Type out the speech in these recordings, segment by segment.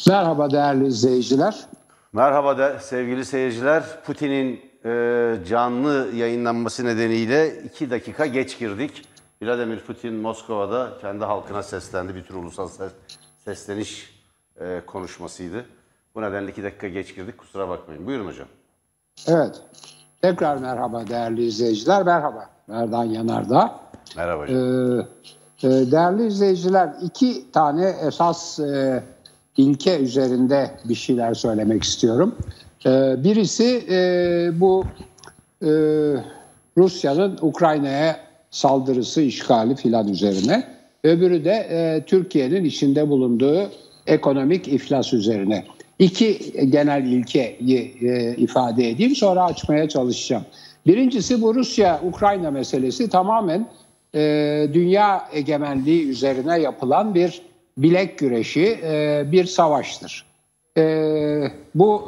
Merhaba değerli izleyiciler. Merhaba sevgili seyirciler. Putin'in canlı yayınlanması nedeniyle 2 dakika geç girdik. Vladimir Putin Moskova'da kendi halkına seslendi. Bir tür ulusal sesleniş konuşmasıydı. Bu nedenle 2 dakika geç girdik. Kusura bakmayın. Buyurun hocam. Evet. Tekrar merhaba değerli izleyiciler. Merhaba Merdan Yanardağ. Merhaba hocam. Değerli izleyiciler, 2 tane esas ilke üzerinde bir şeyler söylemek istiyorum. Birisi bu Rusya'nın Ukrayna'ya saldırısı, işgali filan üzerine. Öbürü de Türkiye'nin içinde bulunduğu ekonomik iflas üzerine. 2 genel ilkeyi ifade edeyim, sonra açmaya çalışacağım. Birincisi bu Rusya-Ukrayna meselesi tamamen dünya egemenliği üzerine yapılan bir bilek güreşi, bir savaştır. Bu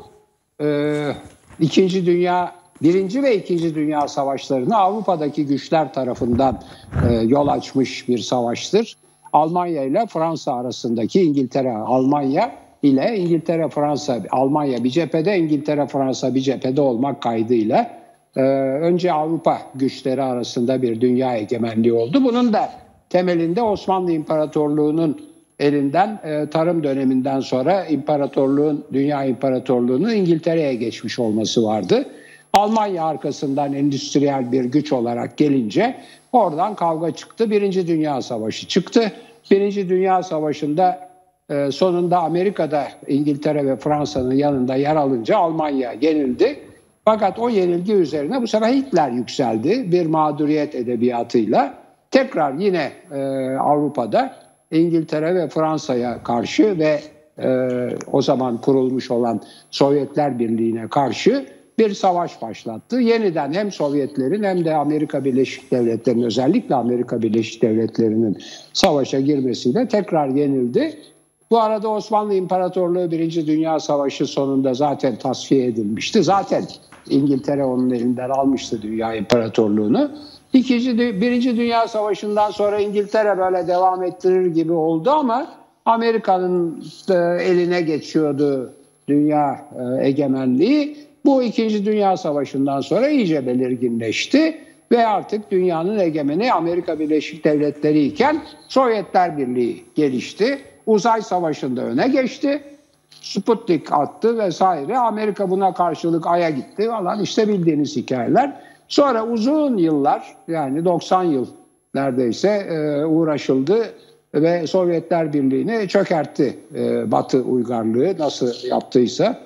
Birinci ve İkinci Dünya Savaşlarını Avrupa'daki güçler tarafından yol açmış bir savaştır. Almanya ile Fransa arasındaki Almanya ile İngiltere, Fransa, Almanya bir cephede, İngiltere, Fransa bir cephede olmak kaydıyla önce Avrupa güçleri arasında bir dünya egemenliği oldu. Bunun da temelinde Osmanlı İmparatorluğu'nun elinden tarım döneminden sonra dünya imparatorluğunun İngiltere'ye geçmiş olması vardı. Almanya arkasından endüstriyel bir güç olarak gelince oradan kavga çıktı. Birinci Dünya Savaşı çıktı. Birinci Dünya Savaşı'nda sonunda Amerika'da İngiltere ve Fransa'nın yanında yer alınca Almanya yenildi. Fakat o yenilgi üzerine bu sefer Hitler yükseldi bir mağduriyet edebiyatıyla. Tekrar yine Avrupa'da İngiltere ve Fransa'ya karşı ve o zaman kurulmuş olan Sovyetler Birliği'ne karşı bir savaş başlattı. Yeniden hem Sovyetlerin hem de Amerika Birleşik Devletleri'nin, özellikle Amerika Birleşik Devletleri'nin savaşa girmesiyle tekrar yenildi. Bu arada Osmanlı İmparatorluğu Birinci Dünya Savaşı sonunda zaten tasfiye edilmişti. Zaten İngiltere onun elinden almıştı Dünya İmparatorluğunu. Birinci Dünya Savaşı'ndan sonra İngiltere böyle devam ettirir gibi oldu ama Amerika'nın eline geçiyordu dünya egemenliği. Bu İkinci Dünya Savaşı'ndan sonra iyice belirginleşti ve artık dünyanın egemeni Amerika Birleşik Devletleri iken Sovyetler Birliği gelişti. Uzay Savaşı'nda öne geçti. Sputnik attı vesaire. Amerika buna karşılık Ay'a gitti falan, işte bildiğiniz hikayeler. Sonra uzun yıllar, yani 90 yıl neredeyse uğraşıldı ve Sovyetler Birliği'ni çökertti Batı uygarlığı nasıl yaptıysa.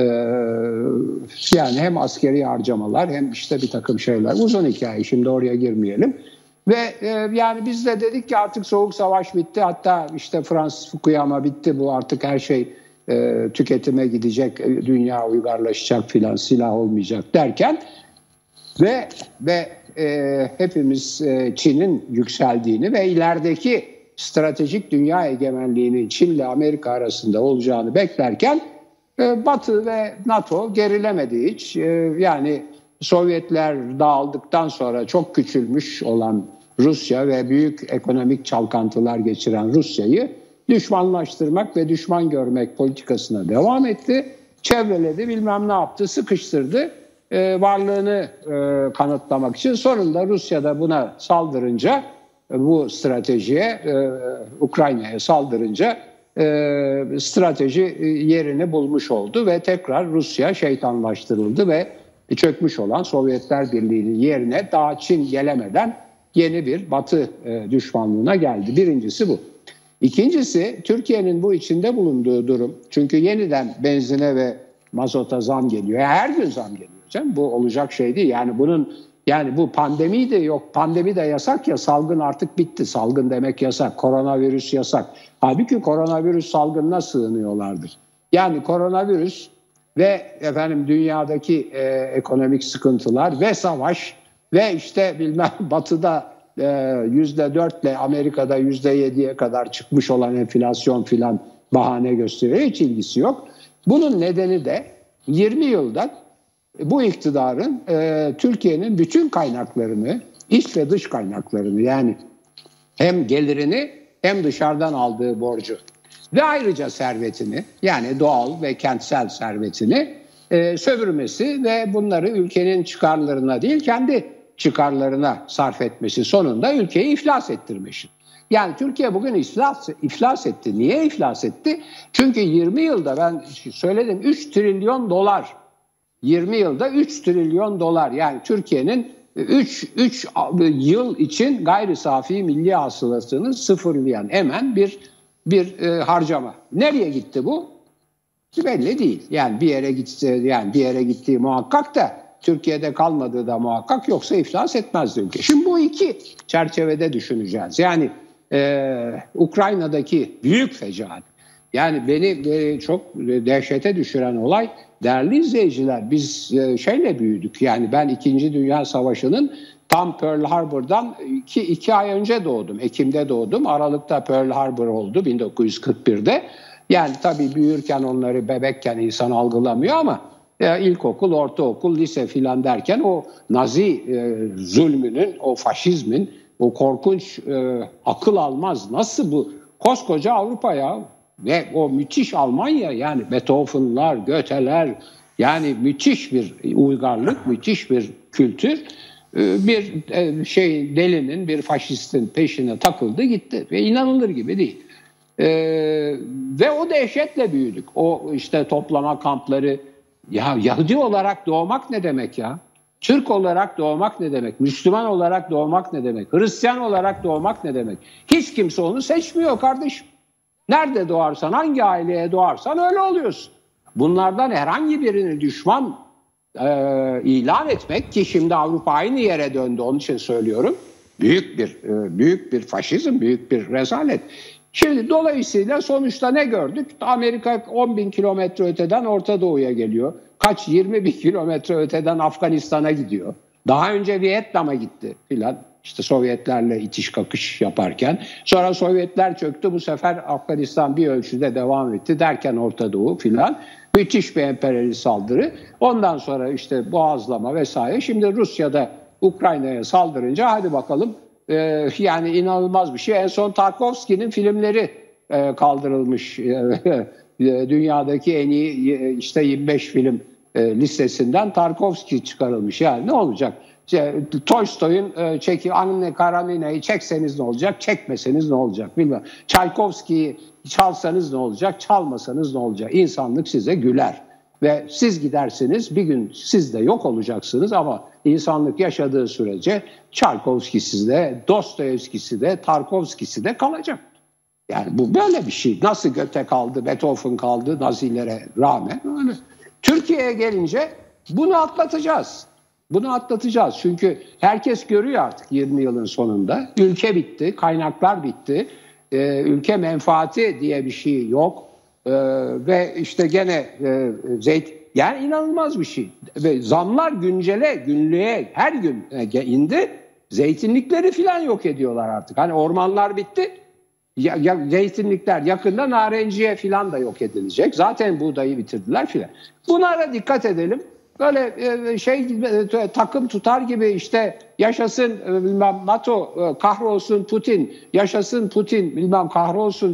Yani hem askeri harcamalar hem işte bir takım şeyler. Uzun hikaye, şimdi oraya girmeyelim. Ve yani biz de dedik ki artık Soğuk Savaş bitti. Hatta işte Fransız Fukuyama bitti, bu artık her şey tüketime gidecek, dünya uygarlaşacak filan, silah olmayacak derken ve hepimiz Çin'in yükseldiğini ve ilerideki stratejik dünya egemenliğinin Çin ile Amerika arasında olacağını beklerken Batı ve NATO gerilemedi hiç. Yani Sovyetler dağıldıktan sonra çok küçülmüş olan Rusya ve büyük ekonomik çalkantılar geçiren Rusya'yı düşmanlaştırmak ve düşman görmek politikasına devam etti. Çevreledi, bilmem ne yaptı, sıkıştırdı. Varlığını kanıtlamak için sonunda Rusya da buna saldırınca, bu stratejiye, Ukrayna'ya saldırınca strateji yerini bulmuş oldu ve tekrar Rusya şeytanlaştırıldı ve çökmüş olan Sovyetler Birliği'nin yerine daha Çin gelemeden yeni bir Batı düşmanlığına geldi. Birincisi bu. İkincisi, Türkiye'nin bu içinde bulunduğu durum. Çünkü yeniden benzine ve mazota zam geliyor. Her gün zam geliyor canım. Bu olacak şey değil. Yani bu pandemi de yok. Pandemi de yasak ya, salgın artık bitti. Salgın demek yasak. Koronavirüs yasak. Halbuki koronavirüs salgınına sığınıyorlardır. Yani koronavirüs ve dünyadaki ekonomik sıkıntılar ve savaş ve işte bilmem Batı'da %4 ile Amerika'da %7'ye kadar çıkmış olan enflasyon filan bahane gösteriyor. Hiç ilgisi yok. Bunun nedeni de 20 yılda bu iktidarın Türkiye'nin bütün kaynaklarını, iç ve dış kaynaklarını, yani hem gelirini hem dışarıdan aldığı borcu ve ayrıca servetini, yani doğal ve kentsel servetini sömürmesi ve bunları ülkenin çıkarlarına değil kendi çıkarlarına sarf etmesi sonunda ülkeyi iflas ettirmesi. Yani Türkiye bugün iflas etti. Niye iflas etti? Çünkü 20 yılda ben söyledim 3 trilyon dolar. 20 yılda 3 trilyon dolar, yani Türkiye'nin 3 yıl için gayri safi milli hasılasını sıfırlayan hemen bir harcama. Nereye gitti bu? Belli değil. Yani bir yere gitti, yani bir yere gittiği muhakkak da Türkiye'de kalmadığı da muhakkak, yoksa iflas etmezdi ülke. Şimdi bu iki çerçevede düşüneceğiz. Yani Ukrayna'daki büyük fecaat. Yani beni çok dehşete düşüren olay, değerli izleyiciler, biz şeyle büyüdük. Yani ben 2. Dünya Savaşı'nın tam Pearl Harbor'dan iki ay önce doğdum. Ekim'de doğdum. Aralık'ta Pearl Harbor oldu 1941'de. Yani tabii büyürken, onları bebekken insan algılamıyor ama ilkokul, ortaokul, lise filan derken o Nazi zulmünün, o faşizmin, o korkunç akıl almaz, nasıl bu koskoca Avrupa ya ve o müthiş Almanya, yani Beethoven'lar, Goethe'ler, yani müthiş bir uygarlık, müthiş bir kültür, bir delinin, bir faşistin peşine takıldı gitti ve inanılır gibi değil. Ve o dehşetle büyüdük. O işte toplama kampları, ya Yahudi olarak doğmak ne demek ya? Türk olarak doğmak ne demek? Müslüman olarak doğmak ne demek? Hristiyan olarak doğmak ne demek? Hiç kimse onu seçmiyor kardeşim. Nerede doğarsan, hangi aileye doğarsan öyle oluyorsun. Bunlardan herhangi birini düşman ilan etmek, ki şimdi Avrupa aynı yere döndü, onun için söylüyorum. Büyük bir faşizm, büyük bir rezalet. Şimdi dolayısıyla sonuçta ne gördük? Amerika 10.000 kilometre öteden Orta Doğu'ya geliyor. 20 bin kilometre öteden Afganistan'a gidiyor. Daha önce Vietnam'a gitti filan. İşte Sovyetlerle itiş kakış yaparken. Sonra Sovyetler çöktü. Bu sefer Afganistan bir ölçüde devam etti. Derken Orta Doğu filan. Müthiş bir emperyalist saldırı. Ondan sonra işte boğazlama vesaire. Şimdi Rusya'da Ukrayna'ya saldırınca hadi bakalım. Yani inanılmaz bir şey. En son Tarkovski'nin filmleri kaldırılmış. Dünyadaki en iyi işte 25 film listesinden Tarkovski çıkarılmış. Yani ne olacak? Tolstoy'un Anne Karenina'yı çekseniz ne olacak? Çekmeseniz ne olacak? Bilmem. Çaykovski'yi çalsanız ne olacak? Çalmasanız ne olacak? İnsanlık size güler. Ve siz gidersiniz, bir gün siz de yok olacaksınız ama insanlık yaşadığı sürece Çaykovski'si de, Dostoyevski'si de, Tarkovski'si de kalacak. Yani bu böyle bir şey. Nasıl Goethe kaldı, Beethoven kaldı Nazilere rağmen öyle. Türkiye'ye gelince bunu atlatacağız. Bunu atlatacağız. Çünkü herkes görüyor artık 20 yılın sonunda. Ülke bitti, kaynaklar bitti. Ülke menfaati diye bir şey yok. Ve işte gene yani inanılmaz bir şey. Ve zamlar günlüğe her gün indi. Zeytinlikleri falan yok ediyorlar artık. Hani ormanlar bitti. Zeytinlikler yakında narenciye falan da yok edilecek. Zaten buğdayı bitirdiler filan. Bunlara dikkat edelim. Böyle takım tutar gibi işte yaşasın bilmem NATO, kahrolsun Putin, yaşasın Putin, bilmem kahrolsun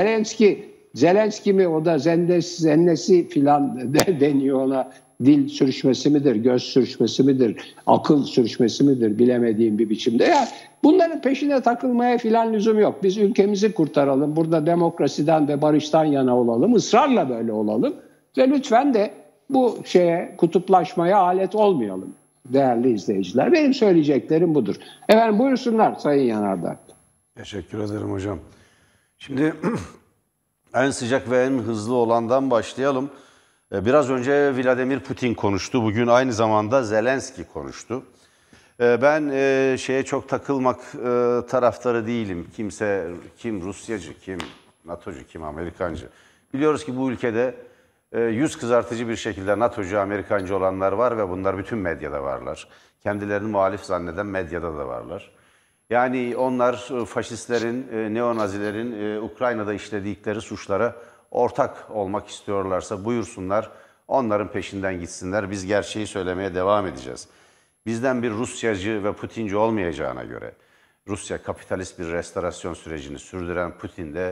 Zelenski mi, o da zennesi filan deniyor ona. Dil sürüşmesi midir, göz sürüşmesi midir, akıl sürüşmesi midir bilemediğim bir biçimde. Ya bunların peşine takılmaya filan lüzum yok. Biz ülkemizi kurtaralım, burada demokrasiden ve barıştan yana olalım, ısrarla böyle olalım ve lütfen de bu kutuplaşmaya alet olmayalım değerli izleyiciler. Benim söyleyeceklerim budur. Efendim buyursunlar Sayın Yanardağ. Teşekkür ederim hocam. Şimdi en sıcak ve en hızlı olandan başlayalım. Biraz önce Vladimir Putin konuştu. Bugün aynı zamanda Zelenski konuştu. Ben şeye çok takılmak taraftarı değilim. Kim Rusyacı, kim NATO'cu, kim Amerikancı. Biliyoruz ki bu ülkede yüz kızartıcı bir şekilde NATO'cu, Amerikancı olanlar var ve bunlar bütün medyada varlar. Kendilerini muhalif zanneden medyada da varlar. Yani onlar faşistlerin, neonazilerin Ukrayna'da işledikleri suçlara ortak olmak istiyorlarsa buyursunlar, onların peşinden gitsinler. Biz gerçeği söylemeye devam edeceğiz. Bizden bir Rusyacı ve Putinci olmayacağına göre, Rusya kapitalist bir restorasyon sürecini sürdüren Putin de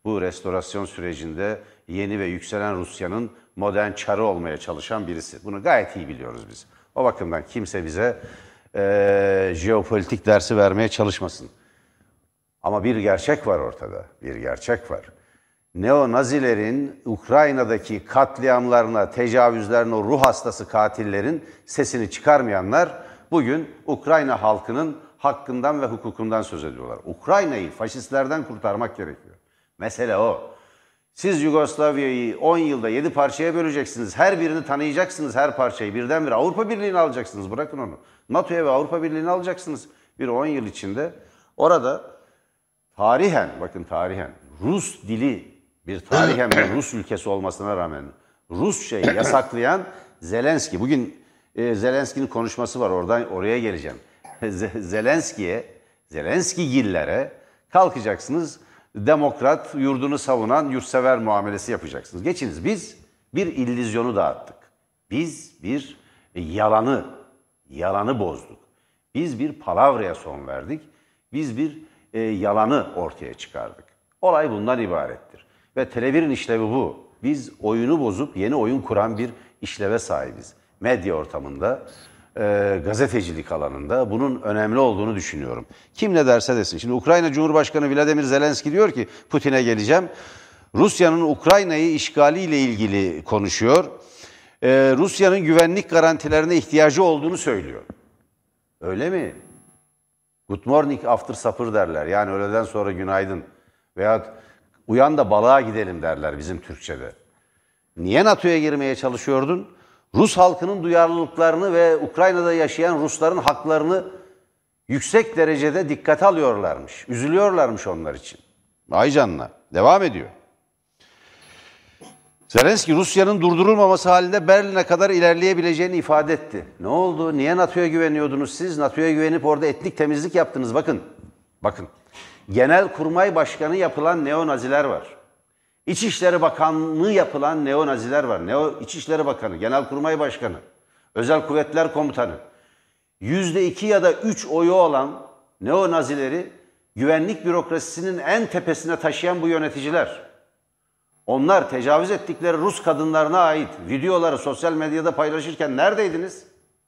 bu restorasyon sürecinde yeni ve yükselen Rusya'nın modern çarı olmaya çalışan birisi. Bunu gayet iyi biliyoruz biz. O bakımdan kimse bize jeopolitik dersi vermeye çalışmasın. Ama bir gerçek var ortada, bir gerçek var. Neo-Nazilerin Ukrayna'daki katliamlarına, tecavüzlerine, o ruh hastası katillerin sesini çıkarmayanlar bugün Ukrayna halkının hakkından ve hukukundan söz ediyorlar. Ukrayna'yı faşistlerden kurtarmak gerekiyor. Mesele o. Siz Yugoslavya'yı 10 yılda 7 parçaya böleceksiniz. Her birini tanıyacaksınız, her parçayı. Birdenbire Avrupa Birliği'ni alacaksınız. Bırakın onu. NATO'ya ve Avrupa Birliği'ni alacaksınız. Bir 10 yıl içinde. Orada tarihen, bakın tarihen, Rus dili bir tarihen bir Rus ülkesi olmasına rağmen Rusçayı yasaklayan Zelenski. Bugün Zelenski'nin konuşması var. Oraya geleceğim. Zelenskigillere kalkacaksınız. Demokrat, yurdunu savunan, yurtsever muamelesi yapacaksınız. Geçiniz. Biz bir illüzyonu dağıttık. Biz bir yalanı bozduk. Biz bir palavraya son verdik. Biz bir yalanı ortaya çıkardık. Olay bundan ibarettir. Ve Tele1'in işlevi bu. Biz oyunu bozup yeni oyun kuran bir işleve sahibiz. Medya ortamında, gazetecilik alanında bunun önemli olduğunu düşünüyorum. Kim ne derse desin. Şimdi Ukrayna Cumhurbaşkanı Vladimir Zelenski diyor ki, Putin'e geleceğim. Rusya'nın Ukrayna'yı işgaliyle ilgili konuşuyor. Rusya'nın güvenlik garantilerine ihtiyacı olduğunu söylüyor. Öyle mi? Good morning after supper derler. Yani öğleden sonra günaydın. Veya uyan da balığa gidelim derler bizim Türkçe'de. Niye NATO'ya girmeye çalışıyordun? Rus halkının duyarlılıklarını ve Ukrayna'da yaşayan Rusların haklarını yüksek derecede dikkate alıyorlarmış. Üzülüyorlarmış onlar için. Ay canına. Devam ediyor. Zelenski Rusya'nın durdurulmaması halinde Berlin'e kadar ilerleyebileceğini ifade etti. Ne oldu? Niye NATO'ya güveniyordunuz siz? NATO'ya güvenip orada etnik temizlik yaptınız. Bakın. Genelkurmay Başkanı yapılan neo-naziler var. İçişleri Bakanlığı yapılan neo-naziler var. İçişleri Bakanı, Genelkurmay Başkanı, Özel Kuvvetler Komutanı. %2 ya da 3 oyu olan neo-nazileri güvenlik bürokrasisinin en tepesine taşıyan bu yöneticiler. Onlar tecavüz ettikleri Rus kadınlarına ait videoları sosyal medyada paylaşırken neredeydiniz?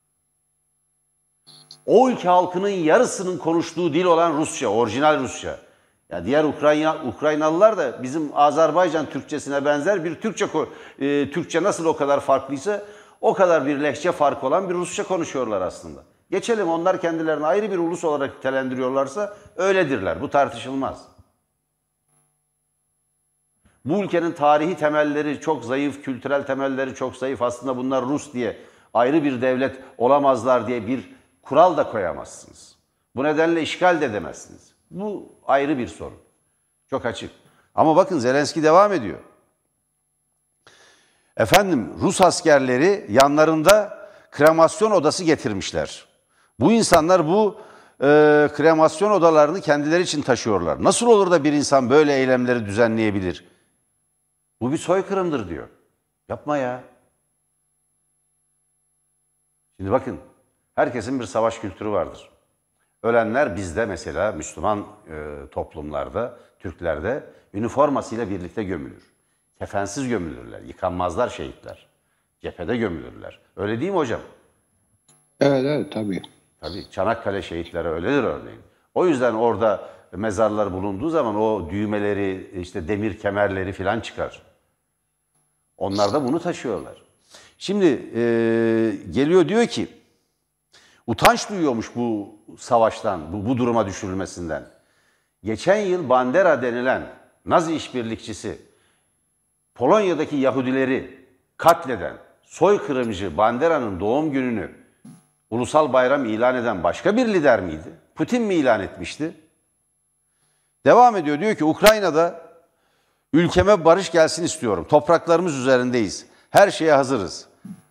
O ülke halkının yarısının konuştuğu dil olan Rusça, orijinal Rusça. Ya diğer Ukraynalılar da bizim Azerbaycan Türkçesine benzer bir Türkçe nasıl o kadar farklıysa o kadar bir lehçe farkı olan bir Rusça konuşuyorlar aslında. Geçelim, onlar kendilerini ayrı bir ulus olarak nitelendiriyorlarsa öyledirler. Bu tartışılmaz. Bu ülkenin tarihi temelleri çok zayıf, kültürel temelleri çok zayıf. Aslında bunlar Rus diye ayrı bir devlet olamazlar diye bir kural da koyamazsınız. Bu nedenle işgal de edemezsiniz. Bu ayrı bir sorun. Çok açık. Ama bakın Zelenski devam ediyor. Efendim Rus askerleri yanlarında kremasyon odası getirmişler. Bu insanlar bu kremasyon odalarını kendileri için taşıyorlar. Nasıl olur da bir insan böyle eylemleri düzenleyebilir? Bu bir soykırımdır diyor. Yapma ya. Şimdi bakın, herkesin bir savaş kültürü vardır. Ölenler bizde mesela Müslüman toplumlarda, Türklerde üniformasıyla birlikte gömülür. Kefensiz gömülürler, yıkanmazlar şehitler. Cephede gömülürler. Öyle değil mi hocam? Evet tabii. Tabii Çanakkale şehitleri öyledir örneğin. O yüzden orada mezarlar bulunduğu zaman o düğmeleri, işte demir kemerleri falan çıkar. Onlar da bunu taşıyorlar. Şimdi geliyor diyor ki, utanç duyuyormuş bu savaştan, bu duruma düşürülmesinden. Geçen yıl Bandera denilen Nazi işbirlikçisi, Polonya'daki Yahudileri katleden, soykırımcı Bandera'nın doğum gününü ulusal bayram ilan eden başka bir lider miydi? Putin mi ilan etmişti? Devam ediyor, diyor ki Ukrayna'da ülkeme barış gelsin istiyorum. Topraklarımız üzerindeyiz. Her şeye hazırız.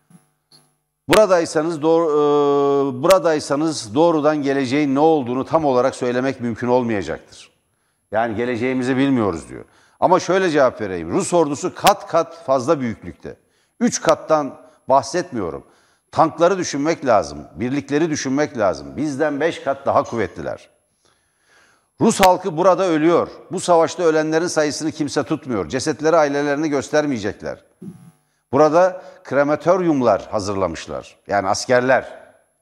Buradaysanız doğrudan geleceğin ne olduğunu tam olarak söylemek mümkün olmayacaktır. Yani geleceğimizi bilmiyoruz diyor. Ama şöyle cevap vereyim. Rus ordusu kat kat fazla büyüklükte. 3 kattan bahsetmiyorum. Tankları düşünmek lazım. Birlikleri düşünmek lazım. Bizden 5 kat daha kuvvetliler. Rus halkı burada ölüyor. Bu savaşta ölenlerin sayısını kimse tutmuyor. Cesetleri ailelerine göstermeyecekler. Burada krematoryumlar hazırlamışlar. Yani askerler.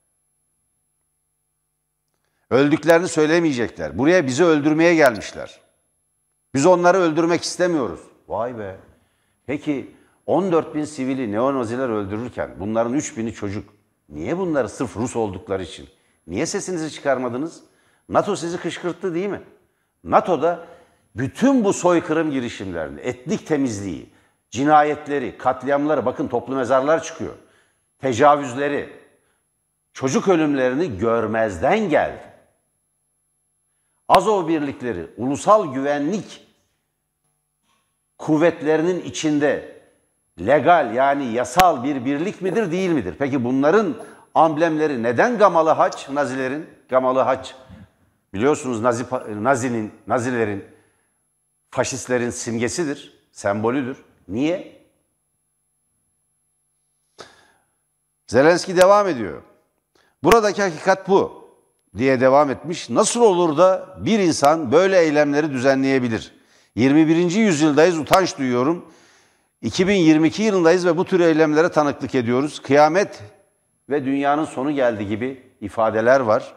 Öldüklerini söylemeyecekler. Buraya bizi öldürmeye gelmişler. Biz onları öldürmek istemiyoruz. Vay be. Peki 14 bin sivili neonaziler öldürürken bunların 3 bini çocuk. Niye bunları sırf Rus oldukları için? Niye sesinizi çıkarmadınız? NATO sizi kışkırttı değil mi? NATO'da bütün bu soykırım girişimlerini, etnik temizliği, cinayetleri, katliamları, bakın toplu mezarlar çıkıyor. Tecavüzleri, çocuk ölümlerini görmezden geldi. Azov birlikleri, ulusal güvenlik kuvvetlerinin içinde legal yani yasal bir birlik midir değil midir? Peki bunların amblemleri neden gamalı haç? Nazilerin gamalı haç. Biliyorsunuz Nazilerin, faşistlerin simgesidir, sembolüdür. Niye? Zelenski devam ediyor. Buradaki hakikat bu diye devam etmiş. Nasıl olur da bir insan böyle eylemleri düzenleyebilir? 21. yüzyıldayız, utanç duyuyorum. 2022 yılındayız ve bu tür eylemlere tanıklık ediyoruz. Kıyamet ve dünyanın sonu geldi gibi ifadeler var.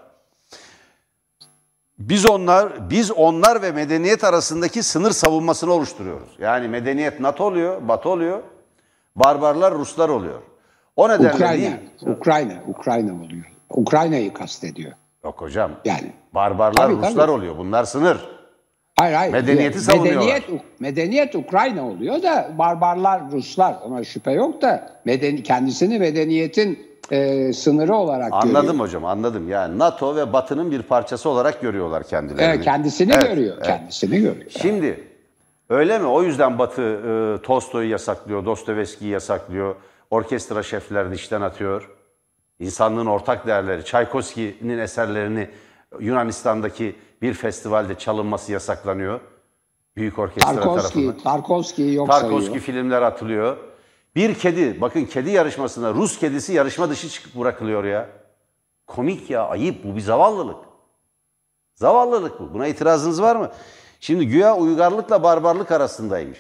Biz onlar ve medeniyet arasındaki sınır savunmasını oluşturuyoruz. Yani medeniyet NATO oluyor, Batı oluyor, barbarlar Ruslar oluyor. O nedenle Ukrayna oluyor. Ukrayna'yı kastediyor. Yok hocam. Yani barbarlar Ruslar oluyor. Bunlar sınır. Hayır. Medeniyeti savunuyorlar. Medeniyet Ukrayna oluyor da barbarlar Ruslar. Ona şüphe yok da kendisini medeniyetin sınırı olarak görüyor. Anladım hocam, anladım. Yani NATO ve Batı'nın bir parçası olarak görüyorlar kendilerini. Evet, kendisini görüyor. Kendisini görüyor. Şimdi öyle mi? O yüzden Batı Tolstoy'u yasaklıyor, Dostoyevski'yi yasaklıyor, orkestra şeflerini işten atıyor. İnsanlığın ortak değerleri, Çaykovski'nin eserlerini Yunanistan'daki bir festivalde çalınması yasaklanıyor. Büyük orkestra tarafından. Tarkovski'yi yok sayıyor. Tarkovski filmler atılıyor. Bir kedi, bakın kedi yarışmasında Rus kedisi yarışma dışı çıkıp bırakılıyor ya. Komik ya, ayıp, bu bir zavallılık. Zavallılık bu. Buna itirazınız var mı? Şimdi güya uygarlıkla barbarlık arasındaymış.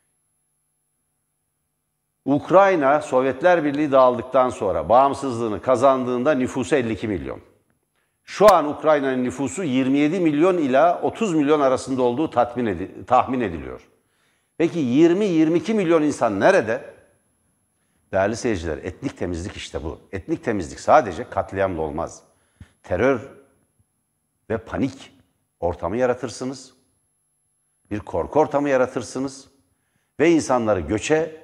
Ukrayna, Sovyetler Birliği dağıldıktan sonra bağımsızlığını kazandığında nüfusu 52 milyon. Şu an Ukrayna'nın nüfusu 27 milyon ila 30 milyon arasında olduğu tahmin ediliyor. Peki 20-22 milyon insan nerede? Değerli seyirciler, etnik temizlik işte bu. Etnik temizlik sadece katliamla olmaz. Terör ve panik ortamı yaratırsınız. Bir korku ortamı yaratırsınız. Ve insanları göçe,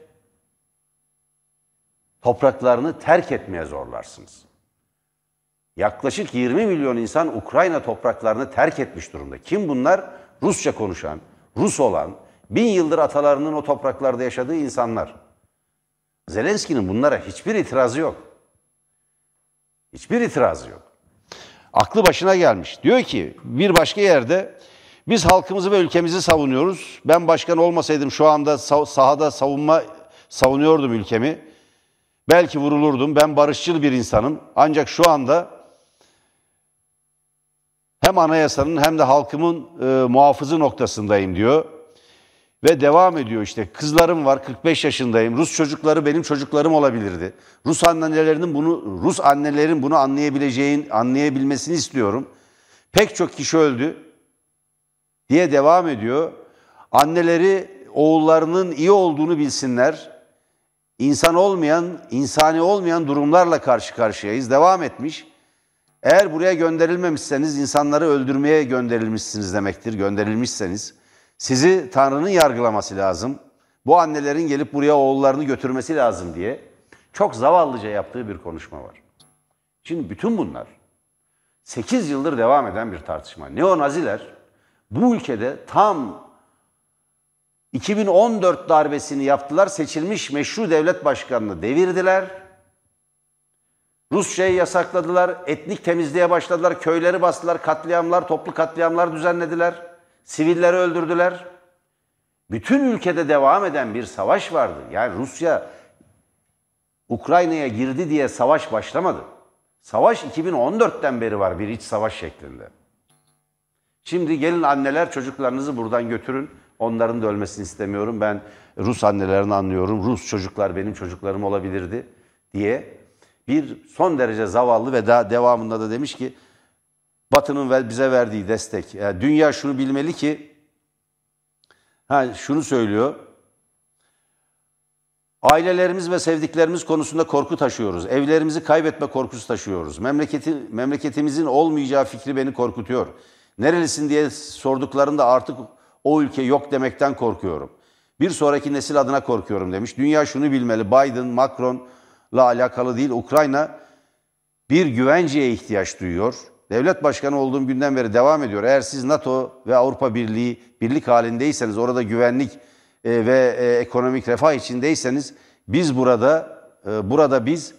topraklarını terk etmeye zorlarsınız. Yaklaşık 20 milyon insan Ukrayna topraklarını terk etmiş durumda. Kim bunlar? Rusça konuşan, Rus olan, 1000 yıldır atalarının o topraklarda yaşadığı insanlar. Zelenski'nin bunlara hiçbir itirazı yok. Hiçbir itirazı yok. Aklı başına gelmiş. Diyor ki bir başka yerde biz halkımızı ve ülkemizi savunuyoruz. Ben başkan olmasaydım şu anda sahada savunuyordum ülkemi. Belki vurulurdum. Ben barışçıl bir insanım. Ancak şu anda hem anayasanın hem de halkımın muhafızı noktasındayım diyor. Ve devam ediyor işte. Kızlarım var, 45 yaşındayım. Rus çocukları benim çocuklarım olabilirdi. Rus annelerin bunu anlayabilmesini istiyorum. Pek çok kişi öldü diye devam ediyor. Anneleri oğullarının iyi olduğunu bilsinler. İnsani olmayan durumlarla karşı karşıyayız. Devam etmiş. Eğer buraya gönderilmemişseniz insanları öldürmeye gönderilmişsiniz demektir. Gönderilmişseniz sizi Tanrı'nın yargılaması lazım. Bu annelerin gelip buraya oğullarını götürmesi lazım diye çok zavallıca yaptığı bir konuşma var. Şimdi bütün bunlar 8 yıldır devam eden bir tartışma. Neonaziler bu ülkede tam 2014 darbesini yaptılar, seçilmiş meşru devlet başkanını devirdiler. Rusçayı yasakladılar, etnik temizliğe başladılar, köyleri bastılar, toplu katliamlar düzenlediler, sivilleri öldürdüler. Bütün ülkede devam eden bir savaş vardı. Yani Rusya Ukrayna'ya girdi diye savaş başlamadı. Savaş 2014'ten beri var bir iç savaş şeklinde. Şimdi gelin anneler, çocuklarınızı buradan götürün. Onların da ölmesini istemiyorum. Ben Rus annelerini anlıyorum. Rus çocuklar benim çocuklarım olabilirdi diye. Bir son derece zavallı ve daha devamında da demiş ki Batı'nın bize verdiği destek. Yani dünya şunu bilmeli ki, şunu söylüyor. Ailelerimiz ve sevdiklerimiz konusunda korku taşıyoruz. Evlerimizi kaybetme korkusu taşıyoruz. Memleketimizin olmayacağı fikri beni korkutuyor. Nerelisin diye sorduklarında artık o ülke yok demekten korkuyorum. Bir sonraki nesil adına korkuyorum demiş. Dünya şunu bilmeli. Biden, Macron'la alakalı değil. Ukrayna bir güvenceye ihtiyaç duyuyor. Devlet başkanı olduğum günden beri devam ediyor. Eğer siz NATO ve Avrupa Birliği birlik halindeyseniz, orada güvenlik ve ekonomik refah içindeyseniz, biz burada biz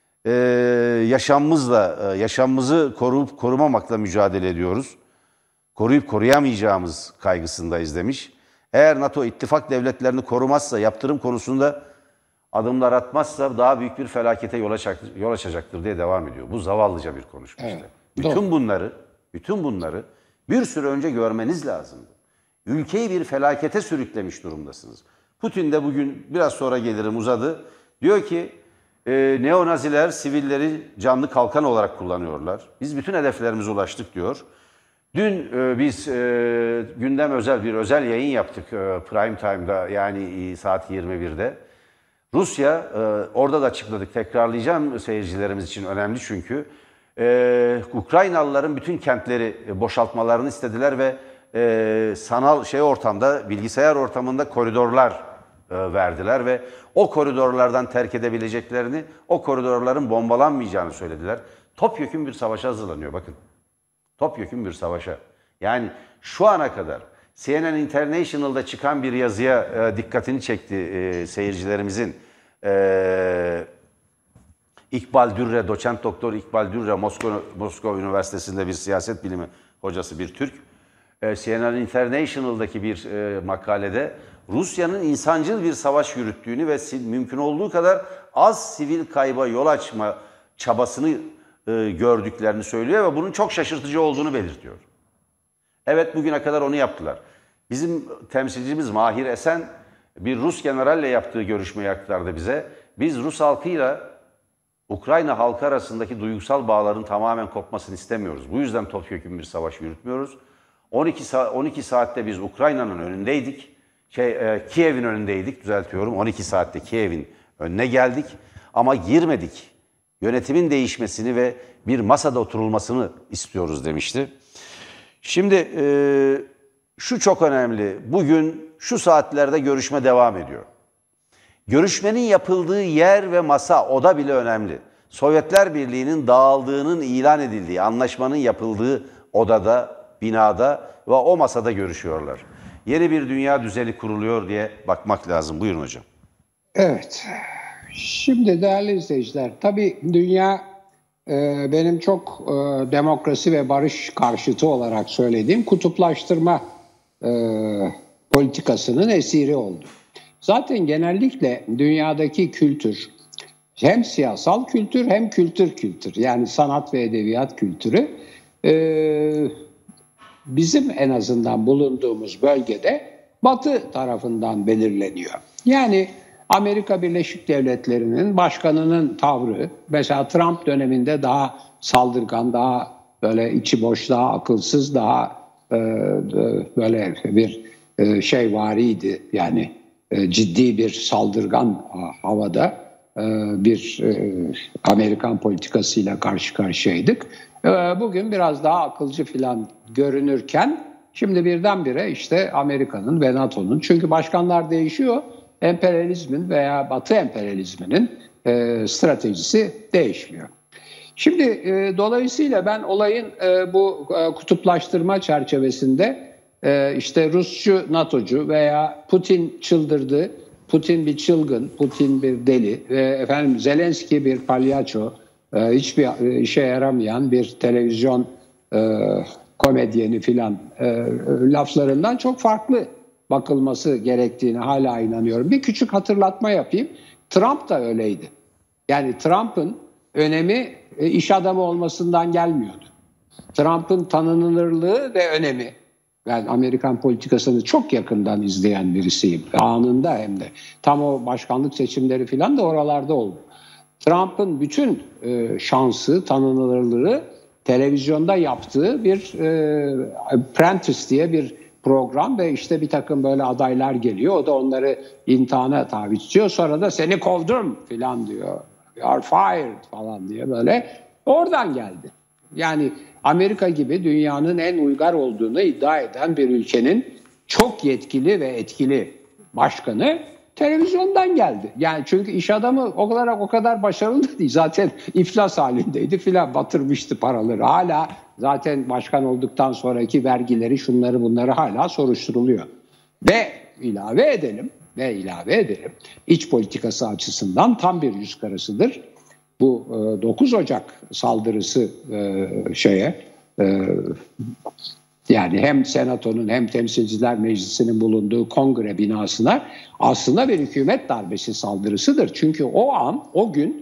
yaşamımızı korumamakla mücadele ediyoruz. Koruyup koruyamayacağımız kaygısındayız demiş. Eğer NATO ittifak devletlerini korumazsa, yaptırım konusunda adımlar atmazsa daha büyük bir felakete yol açacaktır diye devam ediyor. Bu zavallıca bir konuşma işte. Bütün bunları bir süre önce görmeniz lazımdı. Ülkeyi bir felakete sürüklemiş durumdasınız. Putin de bugün, biraz sonra gelirim, uzadı. Diyor ki neonaziler sivilleri canlı kalkan olarak kullanıyorlar. Biz bütün hedeflerimize ulaştık diyor. Dün biz gündem özel yayın yaptık prime time'da, yani saat 21'de. Rusya, orada da açıkladık, tekrarlayacağım, seyircilerimiz için önemli çünkü. Ukraynalıların bütün kentleri boşaltmalarını istediler ve sanal ortamda, bilgisayar ortamında koridorlar verdiler ve o koridorlardan terk edebileceklerini, o koridorların bombalanmayacağını söylediler. Topyekün bir savaşa hazırlanıyor, bakın. Topyekün bir savaşa. Yani şu ana kadar CNN International'da çıkan bir yazıya dikkatini çekti seyircilerimizin. İkbal Dürre, doçent doktor İkbal Dürre, Moskova Üniversitesi'nde bir siyaset bilimi hocası, bir Türk. CNN International'daki bir makalede Rusya'nın insancıl bir savaş yürüttüğünü ve mümkün olduğu kadar az sivil kayba yol açma çabasını gördüklerini söylüyor ve bunun çok şaşırtıcı olduğunu belirtiyor. Evet, bugüne kadar onu yaptılar. Bizim temsilcimiz Mahir Esen bir Rus generalle yaptığı görüşmeyi aktardı bize. Biz Rus halkıyla Ukrayna halkı arasındaki duygusal bağların tamamen kopmasını istemiyoruz. Bu yüzden topyekün bir savaş yürütmüyoruz. 12 saatte biz Ukrayna'nın önündeydik. Kiev'in önündeydik, düzeltiyorum. 12 saatte Kiev'in önüne geldik ama girmedik. Yönetimin değişmesini ve bir masada oturulmasını istiyoruz demişti. Şimdi şu çok önemli. Bugün şu saatlerde görüşme devam ediyor. Görüşmenin yapıldığı yer ve masa, oda bile önemli. Sovyetler Birliği'nin dağıldığının ilan edildiği, anlaşmanın yapıldığı odada, binada ve o masada görüşüyorlar. Yeni bir dünya düzeni kuruluyor diye bakmak lazım. Buyurun hocam. Evet. Şimdi değerli izleyiciler, tabii dünya benim çok demokrasi ve barış karşıtı olarak söylediğim kutuplaştırma politikasının esiri oldu. Zaten genellikle dünyadaki kültür hem siyasal kültür hem kültür, yani sanat ve edebiyat kültürü bizim en azından bulunduğumuz bölgede Batı tarafından belirleniyor. Yani Amerika Birleşik Devletleri'nin başkanının tavrı, mesela Trump döneminde daha saldırgan, daha böyle içi boş, daha akılsız, daha böyle bir variydi. Yani ciddi bir saldırgan havada bir Amerikan politikasıyla karşı karşıyaydık. Bugün biraz daha akılcı falan görünürken şimdi birdenbire işte Amerika'nın ve NATO'nun, çünkü başkanlar değişiyor, emperyalizmin veya Batı emperyalizminin stratejisi değişmiyor. Şimdi dolayısıyla ben olayın bu kutuplaştırma çerçevesinde işte Rusçu, NATO'cu veya Putin çıldırdı, Putin bir çılgın, Putin bir deli ve Zelenski bir palyaço, hiçbir işe yaramayan bir televizyon komedyeni filan laflarından çok farklı bakılması gerektiğini hala inanıyorum. Bir küçük hatırlatma yapayım. Trump da öyleydi. Yani Trump'ın önemi iş adamı olmasından gelmiyordu. Trump'ın tanınırlığı ve önemi. Ben Amerikan politikasını çok yakından izleyen birisiyim. Anında hem de. Tam o başkanlık seçimleri falan da oralarda oldu. Trump'ın bütün şansı, tanınırlığı televizyonda yaptığı bir Apprentice diye bir program ve işte bir takım böyle adaylar geliyor. O da onları imtihana tabi tutuyor. Sonra da seni kovdum falan diyor. You are fired falan diye böyle. Oradan geldi. Yani Amerika gibi dünyanın en uygar olduğunu iddia eden bir ülkenin çok yetkili ve etkili başkanı televizyondan geldi. Yani çünkü iş adamı o kadar başarılı değil. Zaten iflas halindeydi filan, batırmıştı paraları. Hala zaten başkan olduktan sonraki vergileri, şunları bunları hala soruşturuluyor. Ve ilave edelim iç politikası açısından tam bir yüz karasıdır. Bu 9 Ocak saldırısı yani hem Senato'nun hem Temsilciler Meclisi'nin bulunduğu kongre binasına aslında bir hükümet darbesi saldırısıdır. Çünkü o gün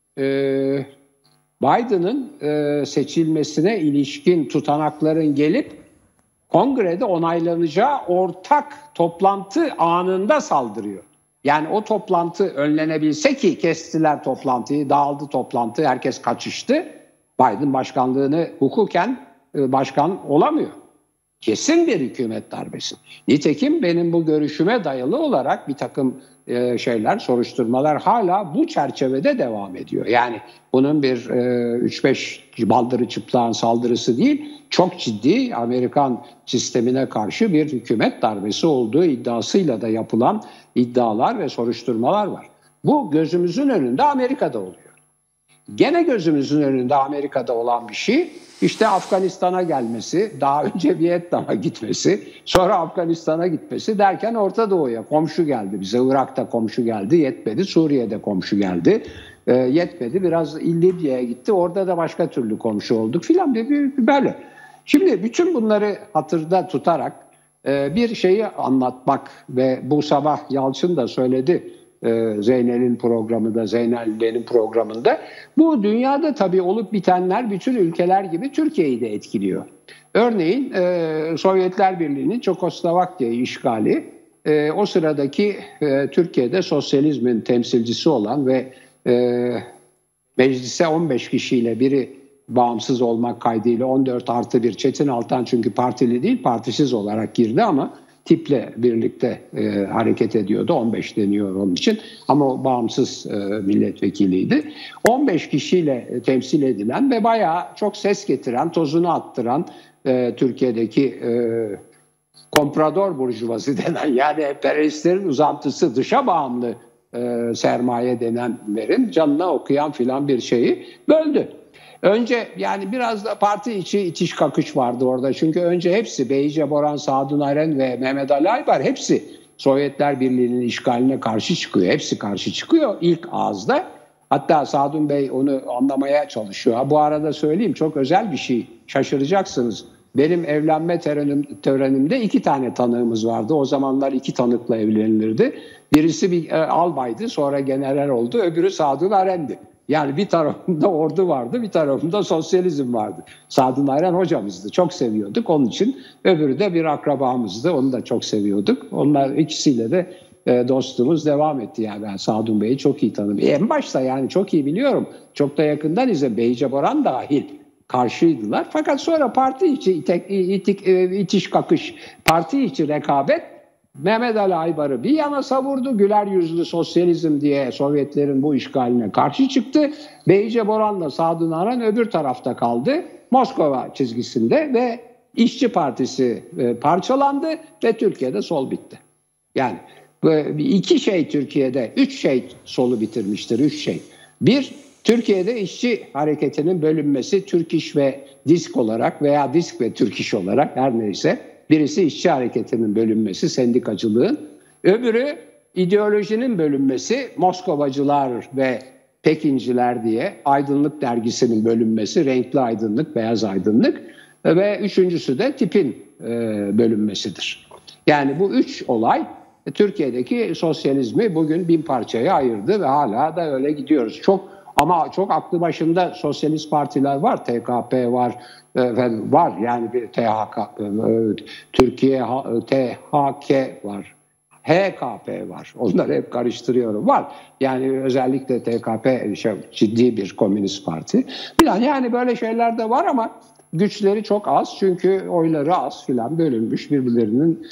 Biden'ın seçilmesine ilişkin tutanakların gelip kongrede onaylanacağı ortak toplantı anında saldırıyor. Yani o toplantı önlenebilse ki kestiler toplantıyı, dağıldı toplantı, herkes kaçıştı. Biden başkanlığını hukuken başkan olamıyor. Kesin bir hükümet darbesi. Nitekim benim bu görüşüme dayalı olarak bir takım soruşturmalar hala bu çerçevede devam ediyor. Yani bunun bir 3-5 baldırı çıplağın saldırısı değil, çok ciddi Amerikan sistemine karşı bir hükümet darbesi olduğu iddiasıyla da yapılan iddialar ve soruşturmalar var. Bu gözümüzün önünde Amerika'da oluyor. Gene gözümüzün önünde Amerika'da olan bir şey, işte Afganistan'a gelmesi, daha önce Vietnam'a gitmesi, sonra Afganistan'a gitmesi derken Orta Doğu'ya komşu geldi bize. Irak'ta komşu geldi, yetmedi. Suriye'de komşu geldi, yetmedi. Biraz Libya'ya gitti, orada da başka türlü komşu olduk filan böyle. Şimdi bütün bunları hatırda tutarak bir şeyi anlatmak ve bu sabah Yalçın da söyledi. Zeynel'in programında, Zeynel benim programında. Bu dünyada tabii olup bitenler bütün ülkeler gibi Türkiye'yi de etkiliyor. Örneğin Sovyetler Birliği'nin Çekoslovakya'yı işgali, o sıradaki Türkiye'de sosyalizmin temsilcisi olan ve meclise 15 kişiyle biri bağımsız olmak kaydıyla 14+1 Çetin Altan, çünkü partili değil partisiz olarak girdi ama tiple birlikte hareket ediyordu. 15 deniyor onun için ama o bağımsız milletvekiliydi. 15 kişiyle temsil edilen ve bayağı çok ses getiren, tozunu attıran Türkiye'deki komprador burjuvazi denen, yani emperyalistlerin uzantısı, dışa bağımlı sermaye denenlerin canına okuyan filan bir şeyi böldü. Önce yani biraz da parti içi itiş kakış vardı orada. Çünkü önce hepsi Beyce Boran, Sadun Aren ve Mehmet Ali Aybar hepsi Sovyetler Birliği'nin işgaline karşı çıkıyor. Hepsi karşı çıkıyor ilk ağızda. Hatta Sadun Bey onu anlamaya çalışıyor. Bu arada söyleyeyim, çok özel bir şey, şaşıracaksınız. Benim evlenme törenimde 2 tane tanığımız vardı. O zamanlar 2 tanıkla evlenilirdi. Birisi bir albaydı, sonra general oldu. Öbürü Sadun Aren'di. Yani bir tarafında ordu vardı, bir tarafında sosyalizm vardı. Sadun Ayran hocamızdı, çok seviyorduk onun için. Öbürü de bir akrabamızdı, onu da çok seviyorduk. Onlar ikisiyle de dostluğumuz devam etti. Yani ben Sadun Bey'i çok iyi tanıdım. En başta yani çok iyi biliyorum, çok da yakından izledim. Beyce Boran dahil karşıydılar. Fakat sonra parti içi itiş kakış, parti içi rekabet Mehmet Ali Aybar'ı bir yana savurdu. Güler yüzlü sosyalizm diye Sovyetlerin bu işgaline karşı çıktı. Beyce Boran'la Sadun Aran öbür tarafta kaldı. Moskova çizgisinde ve İşçi Partisi parçalandı ve Türkiye'de sol bitti. Yani 2 şey Türkiye'de, 3 şey solu bitirmiştir, 3 şey. Bir, Türkiye'de işçi hareketinin bölünmesi, Türk İş ve DİSK olarak veya DİSK ve Türk İş olarak, her neyse. Birisi işçi hareketinin bölünmesi, sendikacılığın. Öbürü ideolojinin bölünmesi, Moskovacılar ve Pekinciler diye Aydınlık dergisinin bölünmesi, renkli aydınlık, beyaz aydınlık. Ve üçüncüsü de tipin bölünmesidir. Yani bu 3 olay Türkiye'deki sosyalizmi bugün 1000 parçaya ayırdı ve hala da öyle gidiyoruz. Ama çok aklı başında sosyalist partiler var. TKP var, var yani bir Türkiye THK var. HKP var. Onları hep karıştırıyorum. Var. Yani özellikle TKP ciddi bir komünist parti. Yani böyle şeyler de var ama güçleri çok az. Çünkü oyları az filan bölünmüş birbirlerinin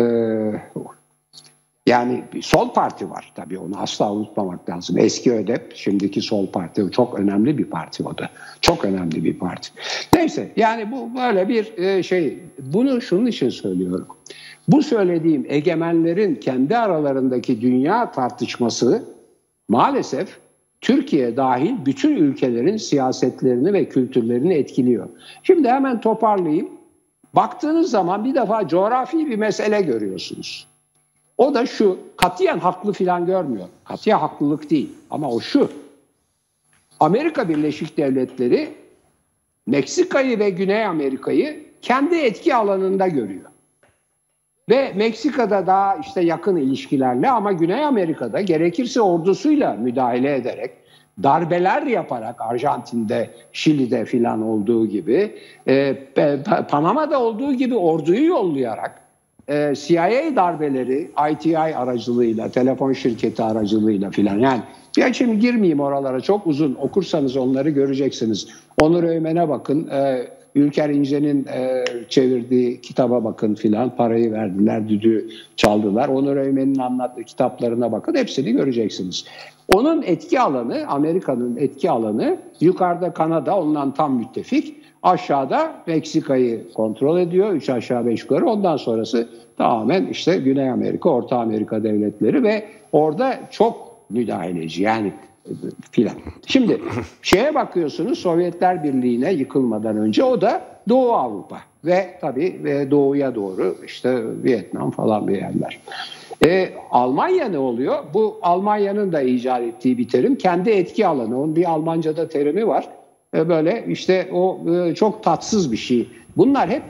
yani sol parti var tabii onu asla unutmamak lazım. Eski ÖDP, şimdiki sol parti çok önemli bir parti o da. Çok önemli bir parti. Neyse yani bu böyle bir şey. Bunu şunun için söylüyorum. Bu söylediğim egemenlerin kendi aralarındaki dünya tartışması maalesef Türkiye dahil bütün ülkelerin siyasetlerini ve kültürlerini etkiliyor. Şimdi hemen toparlayayım. Baktığınız zaman bir defa coğrafi bir mesele görüyorsunuz. O da şu, katiyen haklı filan görmüyor. Katiyen haklılık değil ama o şu. Amerika Birleşik Devletleri Meksika'yı ve Güney Amerika'yı kendi etki alanında görüyor. Ve Meksika'da daha işte yakın ilişkilerle ama Güney Amerika'da gerekirse ordusuyla müdahale ederek, darbeler yaparak Arjantin'de, Şili'de filan olduğu gibi, Panama'da olduğu gibi orduyu yollayarak, CIA darbeleri ITI aracılığıyla, telefon şirketi aracılığıyla filan yani ya şimdi girmeyeyim oralara çok uzun okursanız onları göreceksiniz. Onur Öymen'e bakın, Ülker İnce'nin çevirdiği kitaba bakın filan parayı verdiler, düdüğü çaldılar. Onur Öymen'in anlattığı kitaplarına bakın hepsini göreceksiniz. Onun etki alanı, Amerika'nın etki alanı yukarıda Kanada ondan tam müttefik. Aşağıda Meksika'yı kontrol ediyor. 3 aşağı 5 yukarı. Ondan sonrası tamamen işte Güney Amerika, Orta Amerika devletleri ve orada çok müdahaleci yani filan. Şimdi şeye bakıyorsunuz Sovyetler Birliği'ne yıkılmadan önce o da Doğu Avrupa ve tabii doğuya doğru işte Vietnam falan bir yerler. Almanya ne oluyor? Bu Almanya'nın da icat ettiği bir terim. Kendi etki alanı. Onun bir Almanca'da terimi var. Böyle işte o çok tatsız bir şey. Bunlar hep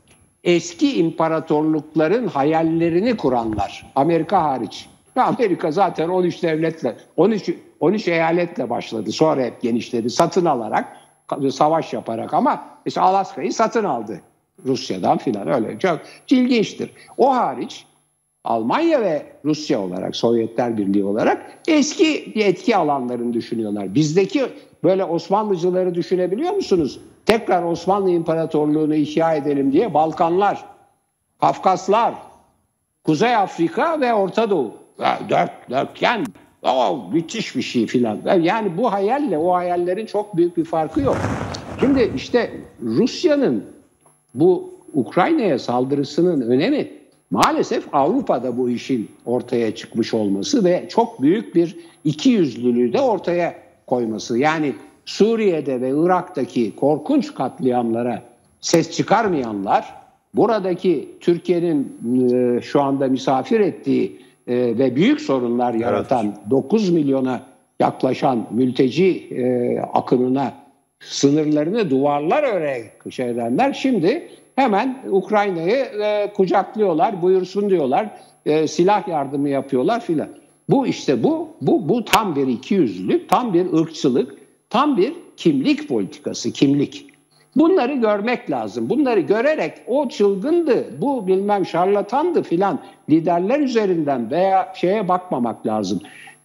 eski imparatorlukların hayallerini kuranlar. Amerika hariç. Amerika zaten 13 devletle, 13 eyaletle başladı. Sonra hep genişledi. Satın alarak, savaş yaparak ama mesela Alaska'yı satın aldı Rusya'dan filan öyle. Çok ilginçtir. O hariç Almanya ve Rusya olarak, Sovyetler Birliği olarak eski etki alanlarını düşünüyorlar. Bizdeki böyle Osmanlıcıları düşünebiliyor musunuz? Tekrar Osmanlı İmparatorluğu'nu ihya edelim diye Balkanlar, Kafkaslar, Kuzey Afrika ve Orta Doğu. Dörtgen, müthiş bir şey filan. Yani bu hayalle o hayallerin çok büyük bir farkı yok. Şimdi işte Rusya'nın bu Ukrayna'ya saldırısının önemi maalesef Avrupa'da bu işin ortaya çıkmış olması ve çok büyük bir ikiyüzlülüğü de ortaya koyması. Yani Suriye'de ve Irak'taki korkunç katliamlara ses çıkarmayanlar, buradaki Türkiye'nin şu anda misafir ettiği ve büyük sorunlar yaratan 9 milyona yaklaşan mülteci akınına sınırlarını duvarlar örerek şey edenler şimdi hemen Ukrayna'yı kucaklıyorlar, buyursun diyorlar, silah yardımı yapıyorlar filan. Bu işte bu tam bir ikiyüzlülük, tam bir ırkçılık, tam bir kimlik politikası, kimlik. Bunları görmek lazım. Bunları görerek o çılgındı, bu bilmem şarlatandı filan liderler üzerinden veya şeye bakmamak lazım.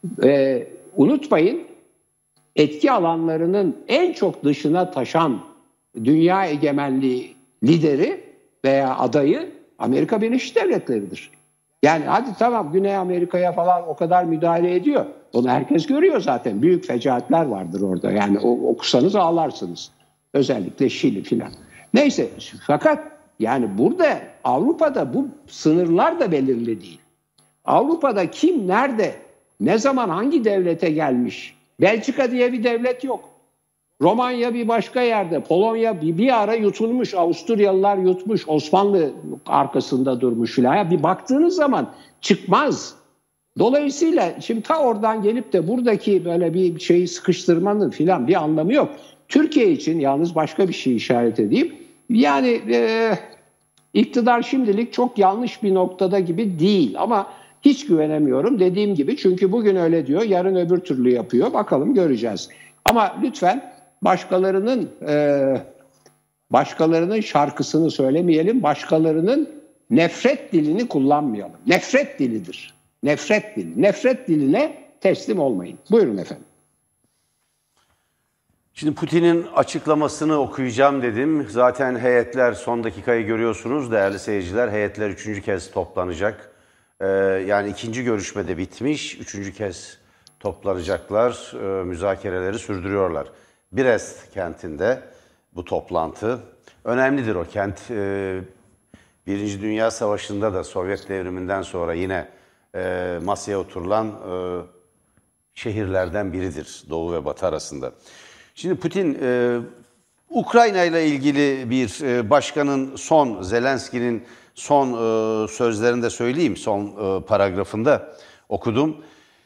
Unutmayın, etki alanlarının en çok dışına taşan dünya egemenliği lideri veya adayı Amerika Birleşik Devletleri'dir. Yani hadi tamam Güney Amerika'ya falan o kadar müdahale ediyor. Onu herkes görüyor zaten. Büyük fecaatler vardır orada. Yani okusanız ağlarsınız. Özellikle Şili filan. Neyse fakat yani burada Avrupa'da bu sınırlar da belirli değil. Avrupa'da kim nerede, ne zaman hangi devlete gelmiş? Belçika diye bir devlet yok. Romanya bir başka yerde, Polonya bir ara yutulmuş, Avusturyalılar yutmuş, Osmanlı arkasında durmuş filan. Bir baktığınız zaman çıkmaz. Dolayısıyla şimdi ta oradan gelip de buradaki böyle bir şeyi sıkıştırmanın filan bir anlamı yok. Türkiye için yalnız başka bir şey işaret edeyim. Yani iktidar şimdilik çok yanlış bir noktada gibi değil ama hiç güvenemiyorum dediğim gibi. Çünkü bugün öyle diyor, yarın öbür türlü yapıyor. Bakalım göreceğiz. Ama lütfen başkalarının Başkalarının şarkısını söylemeyelim, başkalarının nefret dilini kullanmayalım. Nefret dilidir. Nefret dili. Nefret diline teslim olmayın. Buyurun efendim. Şimdi Putin'in açıklamasını okuyacağım dedim. Zaten heyetler son dakikayı görüyorsunuz değerli seyirciler. Heyetler 3. kez toplanacak. Yani 2. görüşmede bitmiş. 3. kez toplanacaklar. Müzakereleri sürdürüyorlar. Brest kentinde bu toplantı. Önemlidir o kent. Birinci Dünya Savaşı'nda da Sovyet devriminden sonra yine masaya oturulan şehirlerden biridir Doğu ve Batı arasında. Şimdi Putin, Ukrayna ile ilgili bir başkanın Zelenski'nin son sözlerini de söyleyeyim, son paragrafında okudum.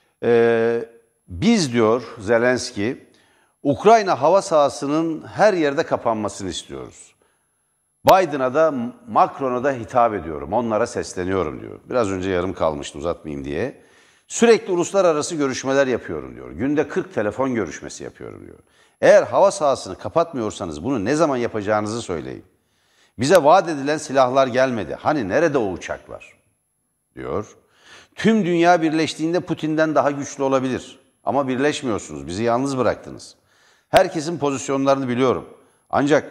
Biz diyor Zelenski, Ukrayna hava sahasının her yerde kapanmasını istiyoruz. Biden'a da Macron'a da hitap ediyorum, onlara sesleniyorum diyor. Biraz önce yarım kalmıştı uzatmayayım diye. Sürekli uluslararası görüşmeler yapıyorum diyor. Günde 40 telefon görüşmesi yapıyorum diyor. Eğer hava sahasını kapatmıyorsanız bunu ne zaman yapacağınızı söyleyin. Bize vaat edilen silahlar gelmedi. Hani nerede o uçaklar? Diyor. Tüm dünya birleştiğinde Putin'den daha güçlü olabilir. Ama birleşmiyorsunuz. Bizi yalnız bıraktınız. Herkesin pozisyonlarını biliyorum. Ancak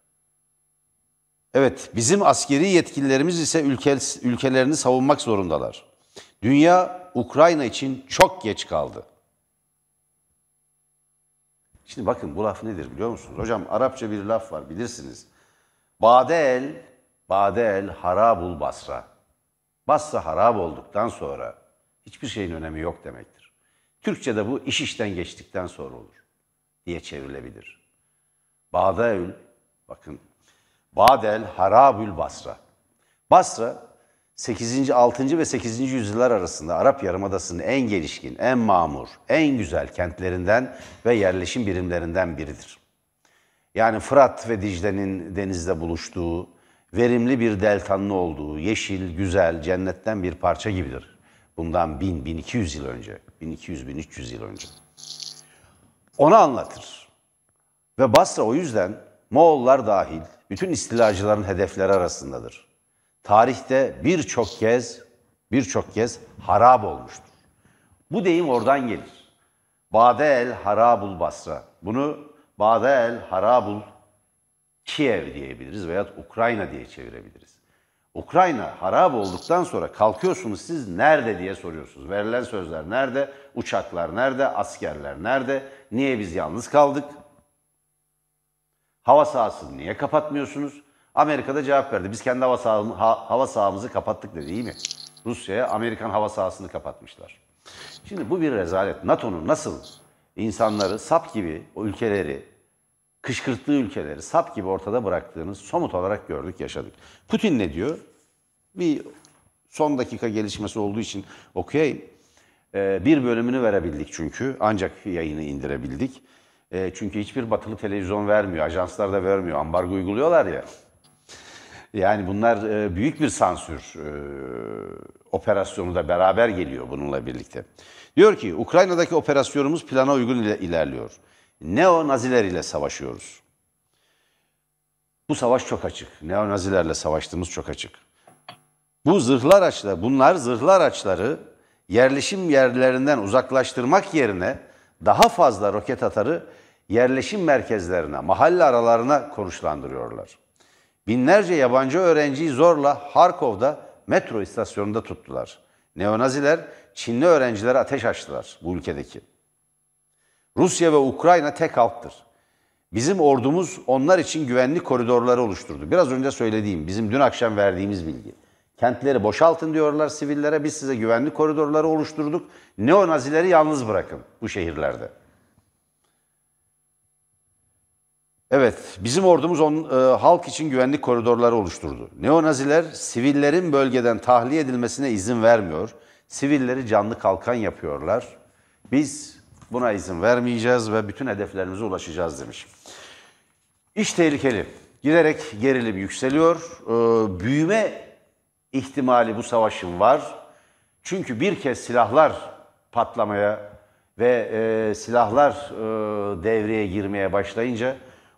evet, bizim askeri yetkililerimiz ise ülkelerini savunmak zorundalar. Dünya Ukrayna için çok geç kaldı. Şimdi bakın bu laf nedir biliyor musunuz? Hocam Arapça bir laf var bilirsiniz. Bade el harabul Basra. Basra harap olduktan sonra hiçbir şeyin önemi yok demektir. Türkçe'de bu iş işten geçtikten sonra olur diye çevrilebilir. Badel harabül Basra. Basra 6. ve 8. yüzyıllar arasında Arap Yarımadası'nın en gelişkin, en mamur, en güzel kentlerinden ve yerleşim birimlerinden biridir. Yani Fırat ve Dicle'nin denizde buluştuğu, verimli bir deltanın olduğu, yeşil, güzel, cennetten bir parça gibidir. Bundan 1200 yıl önce, 1200-1300 yıl önce. Onu anlatır. Ve Basra o yüzden Moğollar dahil bütün istilacıların hedefleri arasındadır. Tarihte birçok kez harap olmuştur. Bu deyim oradan gelir. Bade el harabul Basra. Bunu Bade el harabul Kiev diyebiliriz veya Ukrayna diye çevirebiliriz. Ukrayna harap olduktan sonra kalkıyorsunuz siz nerede diye soruyorsunuz. Verilen sözler nerede? Uçaklar nerede? Askerler nerede? Niye biz yalnız kaldık? Hava sahasını niye kapatmıyorsunuz? Amerika'da cevap verdi. Biz kendi hava sahamızı kapattık dedi, iyi mi? Rusya'ya Amerikan hava sahasını kapatmışlar. Şimdi bu bir rezalet. NATO'nun nasıl insanları sap gibi, o ülkeleri, kışkırttığı ülkeleri sap gibi ortada bıraktığını somut olarak gördük, yaşadık. Putin ne diyor? Bir son dakika gelişmesi olduğu için okuyayım. Bir bölümünü verebildik çünkü. Ancak yayını indirebildik. Çünkü hiçbir batılı televizyon vermiyor, ajanslar da vermiyor. Ambargo uyguluyorlar ya. Yani bunlar büyük bir sansür operasyonu da beraber geliyor bununla birlikte. Diyor ki Ukrayna'daki operasyonumuz plana uygun ilerliyor. Neo-Naziler ile savaşıyoruz. Bu savaş çok açık. Neo-Nazilerle savaştığımız çok açık. Bunlar zırhlı araçları yerleşim yerlerinden uzaklaştırmak yerine daha fazla roket atarı yerleşim merkezlerine, mahalle aralarına konuşlandırıyorlar. Binlerce yabancı öğrenciyi zorla Harkov'da metro istasyonunda tuttular. Neonaziler Çinli öğrencilere ateş açtılar bu ülkedeki. Rusya ve Ukrayna tek halktır. Bizim ordumuz onlar için güvenlik koridorları oluşturdu. Biraz önce söylediğim, bizim dün akşam verdiğimiz bilgi. Kentleri boşaltın diyorlar sivillere, biz size güvenlik koridorları oluşturduk. Neonazileri yalnız bırakın bu şehirlerde. Evet, bizim ordumuz halk için güvenlik koridorları oluşturdu. Neonaziler sivillerin bölgeden tahliye edilmesine izin vermiyor. Sivilleri canlı kalkan yapıyorlar. Biz buna izin vermeyeceğiz ve bütün hedeflerimize ulaşacağız demiş. İş tehlikeli. Giderek gerilim yükseliyor. Büyüme ihtimali bu savaşın var. Çünkü bir kez silahlar patlamaya ve silahlar devreye girmeye başlayınca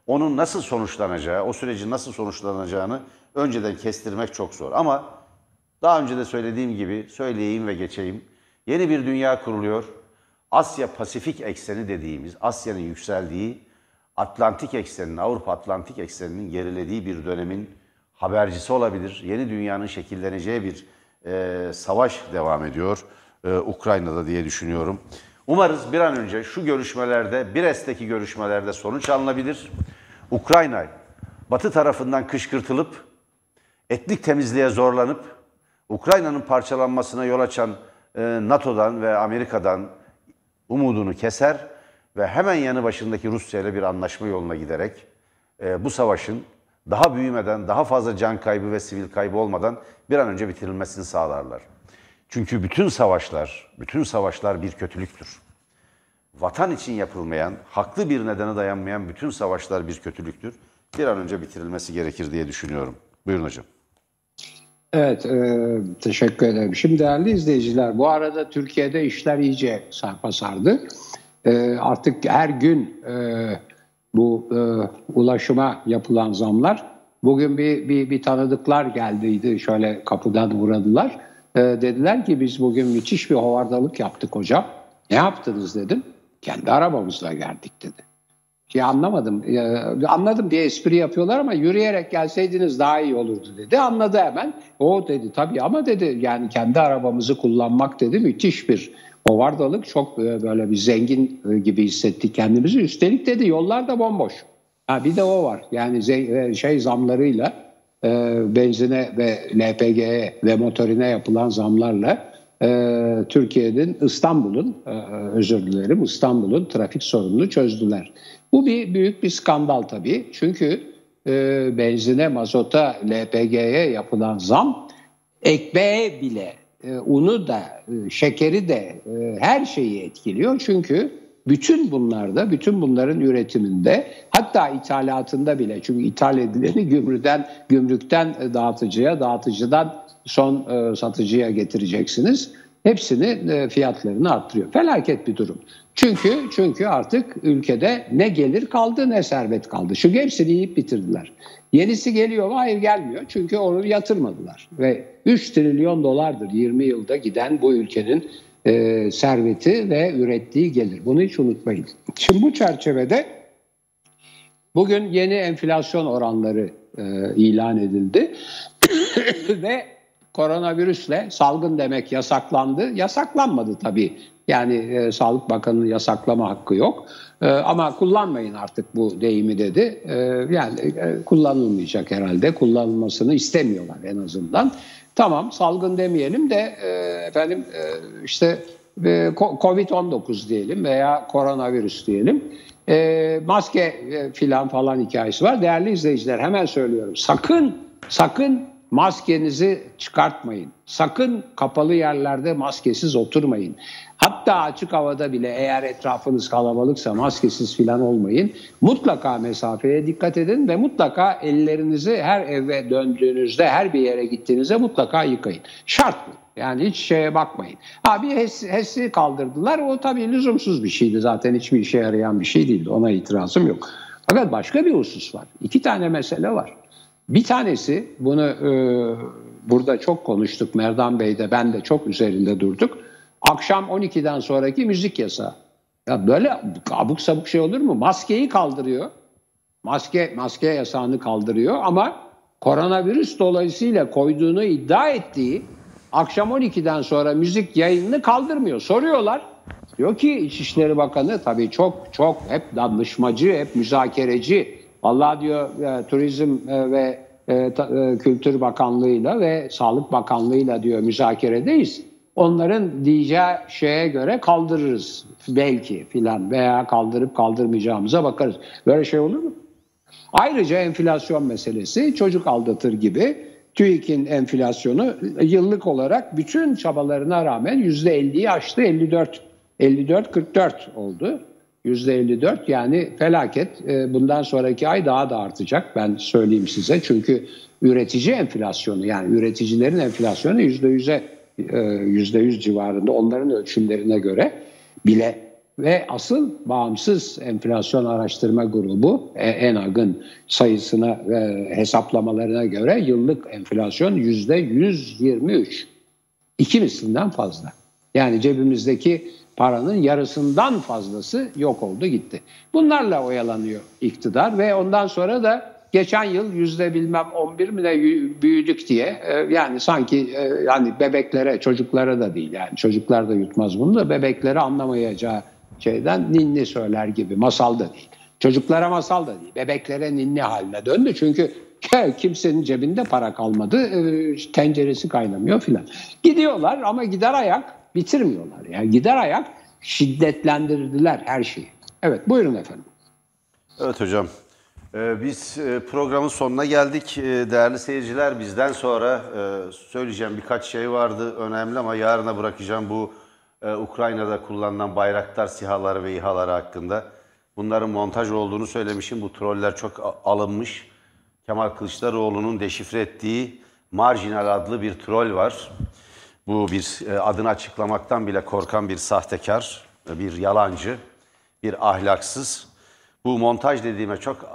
onun nasıl sonuçlanacağı, o sürecin nasıl sonuçlanacağını önceden kestirmek çok zor. Ama daha önce de söylediğim gibi söyleyeyim ve geçeyim. Yeni bir dünya kuruluyor. Asya-Pasifik ekseni dediğimiz, Asya'nın yükseldiği, Atlantik ekseninin, Avrupa-Atlantik ekseninin gerilediği bir dönemin habercisi olabilir. Yeni dünyanın şekilleneceği bir savaş devam ediyor Ukrayna'da diye düşünüyorum. Umarız bir an önce şu görüşmelerde, Brest'teki görüşmelerde sonuç alınabilir. Ukrayna Batı tarafından kışkırtılıp, etnik temizliğe zorlanıp, Ukrayna'nın parçalanmasına yol açan NATO'dan ve Amerika'dan umudunu keser ve hemen yanı başındaki Rusya ile bir anlaşma yoluna giderek bu savaşın daha büyümeden, daha fazla can kaybı ve sivil kaybı olmadan bir an önce bitirilmesini sağlarlar. Çünkü bütün savaşlar bir kötülüktür. Vatan için yapılmayan, haklı bir nedene dayanmayan bütün savaşlar bir kötülüktür. Bir an önce bitirilmesi gerekir diye düşünüyorum. Buyurun hocam. Evet, teşekkür ederim. Şimdi değerli izleyiciler, bu arada Türkiye'de işler iyice sarpa sardı. Artık her gün bu ulaşıma yapılan zamlar, bugün bir tanıdıklar geldiydi, şöyle kapıdan uğradılar. Dediler ki biz bugün müthiş bir hovardalık yaptık hocam. Ne yaptınız dedim. Kendi arabamızla geldik dedi. Anlamadım. Anladım diye espri yapıyorlar ama yürüyerek gelseydiniz daha iyi olurdu dedi. Anladı hemen. O dedi tabii ama dedi yani kendi arabamızı kullanmak dedi müthiş bir hovardalık. Çok böyle bir zengin gibi hissettik kendimizi. Üstelik dedi yollar da bomboş. Bir de o var. Yani zamlarıyla benzine ve LPG'ye ve motorine yapılan zamlarla Türkiye'nin İstanbul'un trafik sorununu çözdüler. Bu büyük bir skandal tabii. Çünkü benzine, mazota, LPG'ye yapılan zam ekmeğe bile, unu da, şekeri de her şeyi etkiliyor. Çünkü bütün bunların üretiminde hatta ithalatında bile çünkü ithal edileni gümrükten dağıtıcıya, dağıtıcıdan son satıcıya getireceksiniz. Hepsini fiyatlarını arttırıyor. Felaket bir durum. Çünkü artık ülkede ne gelir kaldı ne servet kaldı. Çünkü hepsini yiyip bitirdiler. Yenisi geliyor mu? Hayır gelmiyor. Çünkü onu yatırmadılar. Ve 3 trilyon dolardır 20 yılda giden bu ülkenin serveti ve ürettiği gelir. Bunu hiç unutmayın. Şimdi bu çerçevede bugün yeni enflasyon oranları ilan edildi. Ve koronavirüsle salgın demek yasaklandı. Yasaklanmadı tabii. Yani Sağlık Bakanı'nın yasaklama hakkı yok. Ama kullanmayın artık bu deyimi dedi. Kullanılmayacak herhalde. Kullanılmasını istemiyorlar en azından. Tamam salgın demeyelim de Covid-19 diyelim veya koronavirüs diyelim. Maske falan hikayesi var. Değerli izleyiciler hemen söylüyorum. Sakın maskenizi çıkartmayın. Sakın kapalı yerlerde maskesiz oturmayın. Hatta açık havada bile eğer etrafınız kalabalıksa maskesiz falan olmayın. Mutlaka mesafeye dikkat edin ve mutlaka ellerinizi her eve döndüğünüzde, her bir yere gittiğinizde mutlaka yıkayın. Şart bu. Yani hiç şeye bakmayın. Bir HES'i kaldırdılar. O tabii lüzumsuz bir şeydi. Zaten hiçbir işe yarayan bir şey değildi. Ona itirazım yok. Fakat başka bir husus var. 2 tane mesele var. Bir tanesi bunu burada çok konuştuk. Merdan Bey'de ben de çok üzerinde durduk. Akşam 12'den sonraki müzik yasağı. Ya böyle abuk sabuk şey olur mu? Maskeyi kaldırıyor. Maske yasağını kaldırıyor ama koronavirüs dolayısıyla koyduğunu iddia ettiği akşam 12'den sonra müzik yayınını kaldırmıyor. Soruyorlar. Diyor ki İçişleri Bakanı tabii çok hep danışmacı, hep müzakereci. Vallahi diyor Turizm ve Kültür Bakanlığı'yla ve Sağlık Bakanlığı'yla diyor müzakeredeyiz. Onların diyeceği şeye göre kaldırırız belki filan veya kaldırıp kaldırmayacağımıza bakarız. Böyle şey olur mu? Ayrıca enflasyon meselesi çocuk aldatır gibi TÜİK'in enflasyonu yıllık olarak bütün çabalarına rağmen %50'yi aştı. 54-44 oldu. %54 yani felaket. Bundan sonraki ay daha da artacak ben söyleyeyim size. Çünkü üretici enflasyonu yani üreticilerin enflasyonu %100 civarında onların ölçümlerine göre bile Ve asıl bağımsız enflasyon araştırma grubu ENAG'ın sayısına ve hesaplamalarına göre yıllık enflasyon %123. 2 mislinden fazla. Yani cebimizdeki paranın yarısından fazlası yok oldu gitti. Bunlarla oyalanıyor iktidar ve ondan sonra da geçen yıl %11 mi ne büyüdük diye yani sanki yani bebeklere, çocuklara da değil yani çocuklar da yutmaz bunu da bebeklere anlamayacağı şeyden ninni söyler gibi, masal da değil. Çocuklara masal da değil, bebeklere ninni haline döndü çünkü kimsenin cebinde para kalmadı, tenceresi kaynamıyor filan. Gidiyorlar ama gider ayak bitirmiyorlar. Yani gider ayak şiddetlendirdiler her şeyi. Evet, buyurun efendim. Evet hocam. Biz programın sonuna geldik. Değerli seyirciler, bizden sonra söyleyeceğim birkaç şey vardı önemli ama yarına bırakacağım bu Ukrayna'da kullanılan Bayraktar SİHA'ları ve İHA'ları hakkında. Bunların montaj olduğunu söylemişim. Bu troller çok alınmış. Kemal Kılıçdaroğlu'nun deşifre ettiği Marjinal adlı bir troll var. Bu bir adını açıklamaktan bile korkan bir sahtekar, bir yalancı, bir ahlaksız. Bu montaj dediğime çok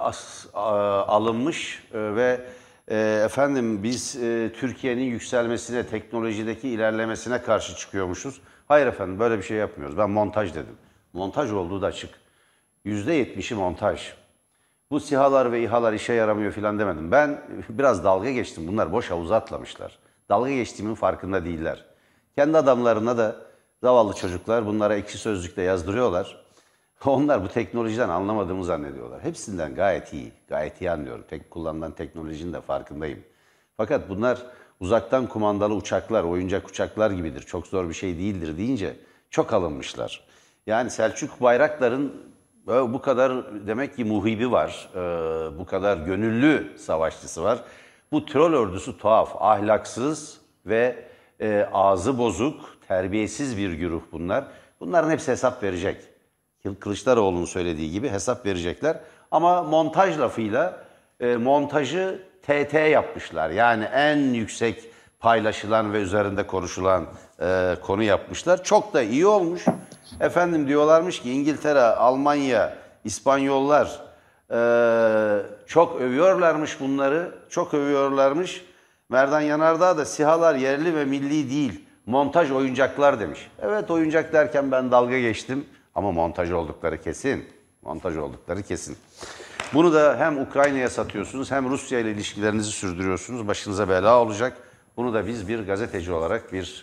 alınmış ve efendim biz Türkiye'nin yükselmesine, teknolojideki ilerlemesine karşı çıkıyormuşuz. Hayır efendim, böyle bir şey yapmıyoruz. Ben montaj dedim. Montaj olduğu da açık. %70'i montaj. Bu SİHA'lar ve İHA'lar işe yaramıyor filan demedim. Ben biraz dalga geçtim. Bunlar boş havuza atlamışlar. Dalga geçtiğimin farkında değiller. Kendi adamlarına da zavallı çocuklar bunlara ekşi sözlükle yazdırıyorlar. Onlar bu teknolojiden anlamadığımı zannediyorlar. Hepsinden gayet iyi, gayet iyi anlıyorum. Kullanılan teknolojinin de farkındayım. Fakat bunlar uzaktan kumandalı uçaklar, oyuncak uçaklar gibidir. Çok zor bir şey değildir deyince çok alınmışlar. Yani Selçuk Bayraktar'ın bu kadar demek ki muhibi var, bu kadar gönüllü savaşçısı var. Bu troll ordusu tuhaf, ahlaksız ve ağzı bozuk, terbiyesiz bir güruh bunlar. Bunların hepsi hesap verecek. Kılıçdaroğlu'nun söylediği gibi hesap verecekler. Ama montaj lafıyla montajı TT yapmışlar. Yani en yüksek paylaşılan ve üzerinde konuşulan konu yapmışlar. Çok da iyi olmuş. Efendim diyorlarmış ki İngiltere, Almanya, İspanyollar çok övüyorlarmış bunları. Çok övüyorlarmış. Merdan Yanardağ da SİHA'lar yerli ve milli değil, montaj oyuncaklar demiş. Evet, oyuncak derken ben dalga geçtim ama montaj oldukları kesin. Montaj oldukları kesin. Bunu da hem Ukrayna'ya satıyorsunuz hem Rusya ile ilişkilerinizi sürdürüyorsunuz. Başınıza bela olacak. Bunu da biz bir gazeteci olarak bir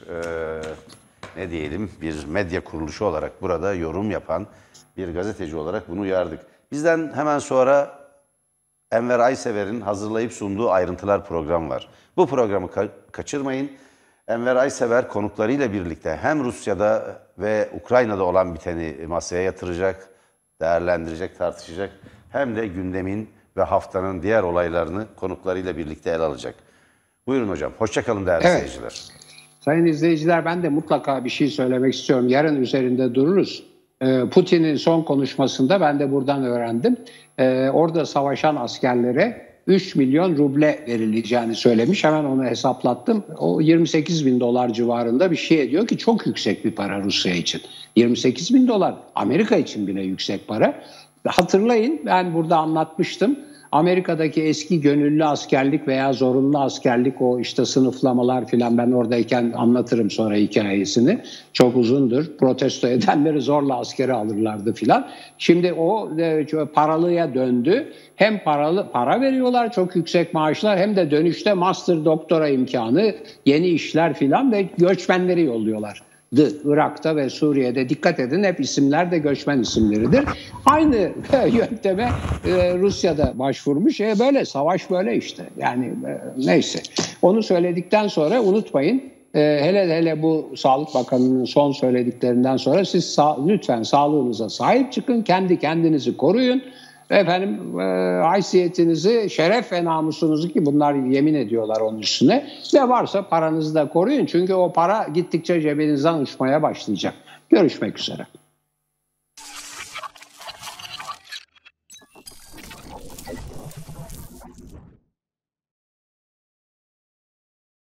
ne diyelim bir medya kuruluşu olarak burada yorum yapan bir gazeteci olarak bunu uyardık. Bizden hemen sonra Enver Aysever'in hazırlayıp sunduğu Ayrıntılar programı var. Bu programı kaçırmayın. Enver Aysever konuklarıyla birlikte hem Rusya'da ve Ukrayna'da olan biteni masaya yatıracak, değerlendirecek, tartışacak. Hem de gündemin ve haftanın diğer olaylarını konuklarıyla birlikte ele alacak. Buyurun hocam. Hoşça kalın değerli seyirciler. Sayın izleyiciler, ben de mutlaka bir şey söylemek istiyorum. Yarın üzerinde dururuz. Putin'in son konuşmasında ben de buradan öğrendim. Orada savaşan askerlere 3 milyon ruble verileceğini söylemiş. Hemen onu hesaplattım. O 28 bin dolar civarında bir şey ediyor ki çok yüksek bir para Rusya için. 28 bin dolar Amerika için bile yüksek para. Hatırlayın, ben burada anlatmıştım. Amerika'daki eski gönüllü askerlik veya zorunlu askerlik, o işte sınıflamalar filan, ben oradayken anlatırım sonra hikayesini. Çok uzundur. Protesto edenleri zorla askere alırlardı filan. Şimdi o paralıya döndü. Hem para veriyorlar, çok yüksek maaşlar, hem de dönüşte master doktora imkanı, yeni işler filan ve göçmenleri yolluyorlar. Irak'ta ve Suriye'de, dikkat edin, hep isimler de göçmen isimleridir. Aynı yönteme Rusya'da başvurmuş. Böyle savaş böyle işte. Yani neyse. Onu söyledikten sonra unutmayın. Hele bu Sağlık Bakanı'nın son söylediklerinden sonra siz lütfen sağlığınıza sahip çıkın. Kendi kendinizi koruyun. Efendim haysiyetinizi, şeref ve namusunuzu, ki bunlar yemin ediyorlar onun üstüne, ne varsa paranızı da koruyun. Çünkü o para gittikçe cebinizden uçmaya başlayacak. Görüşmek üzere.